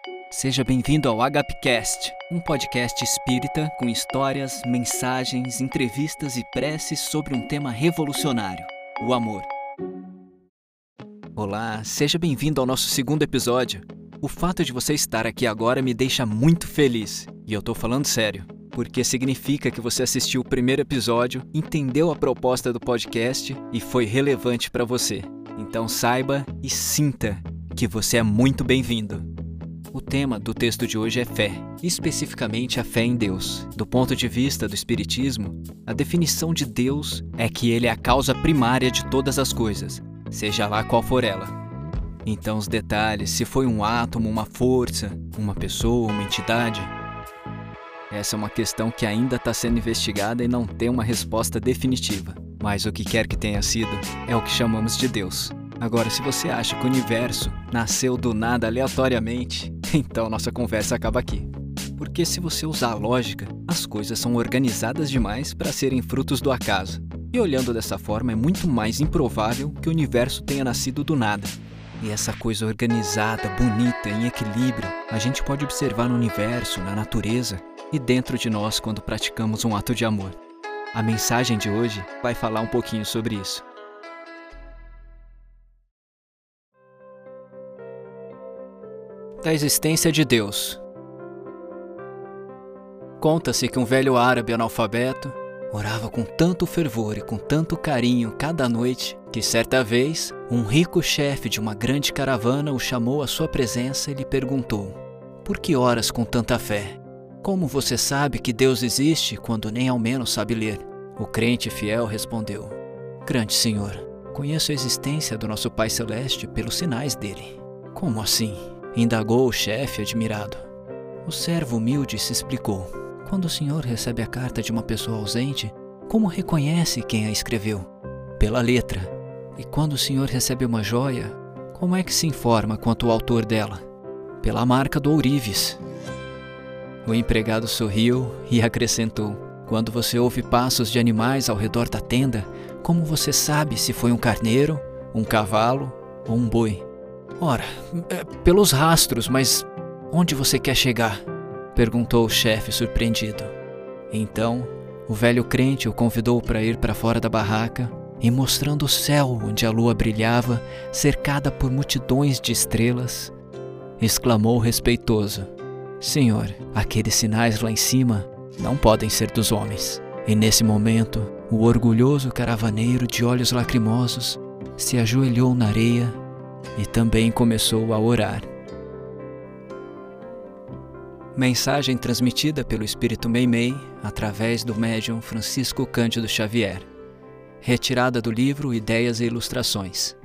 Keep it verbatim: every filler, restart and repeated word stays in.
Seja bem-vindo ao Agapcast, um podcast espírita com histórias, mensagens, entrevistas e preces sobre um tema revolucionário, o amor. Olá, seja bem-vindo ao nosso segundo episódio. O fato de você estar aqui agora me deixa muito feliz, e eu tô falando sério, porque significa que você assistiu o primeiro episódio, entendeu a proposta do podcast e foi relevante para você. Então saiba e sinta que você é muito bem-vindo. O tema do texto de hoje é fé, especificamente a fé em Deus. Do ponto de vista do Espiritismo, a definição de Deus é que Ele é a causa primária de todas as coisas, seja lá qual for ela. Então os detalhes, se foi um átomo, uma força, uma pessoa, uma entidade, essa é uma questão que ainda está sendo investigada e não tem uma resposta definitiva. Mas o que quer que tenha sido, é o que chamamos de Deus. Agora, se você acha que o universo nasceu do nada aleatoriamente, então nossa conversa acaba aqui. Porque se você usar a lógica, as coisas são organizadas demais para serem frutos do acaso. E olhando dessa forma, é muito mais improvável que o universo tenha nascido do nada. E essa coisa organizada, bonita, em equilíbrio, a gente pode observar no universo, na natureza e dentro de nós quando praticamos um ato de amor. A mensagem de hoje vai falar um pouquinho sobre isso. Da existência de Deus. Conta-se que um velho árabe analfabeto orava com tanto fervor e com tanto carinho cada noite que certa vez um rico chefe de uma grande caravana o chamou à sua presença e lhe perguntou: "Por que oras com tanta fé? Como você sabe que Deus existe quando nem ao menos sabe ler?" O crente fiel respondeu: "Grande Senhor, conheço a existência do nosso Pai Celeste pelos sinais dele." "Como assim?" indagou o chefe admirado. O servo humilde se explicou: "Quando o senhor recebe a carta de uma pessoa ausente, como reconhece quem a escreveu? Pela letra. E quando o senhor recebe uma joia, como é que se informa quanto ao autor dela? Pela marca do ourives." O empregado sorriu e acrescentou: "Quando você ouve passos de animais ao redor da tenda, como você sabe se foi um carneiro, um cavalo ou um boi?" "Ora, é pelos rastros, mas onde você quer chegar?" perguntou o chefe surpreendido. Então, o velho crente o convidou para ir para fora da barraca e, mostrando o céu onde a lua brilhava, cercada por multidões de estrelas, exclamou respeitoso: "Senhor, aqueles sinais lá em cima não podem ser dos homens." E nesse momento, o orgulhoso caravaneiro de olhos lacrimosos se ajoelhou na areia e também começou a orar. Mensagem transmitida pelo Espírito Meimei através do médium Francisco Cândido Xavier. Retirada do livro Ideias e Ilustrações.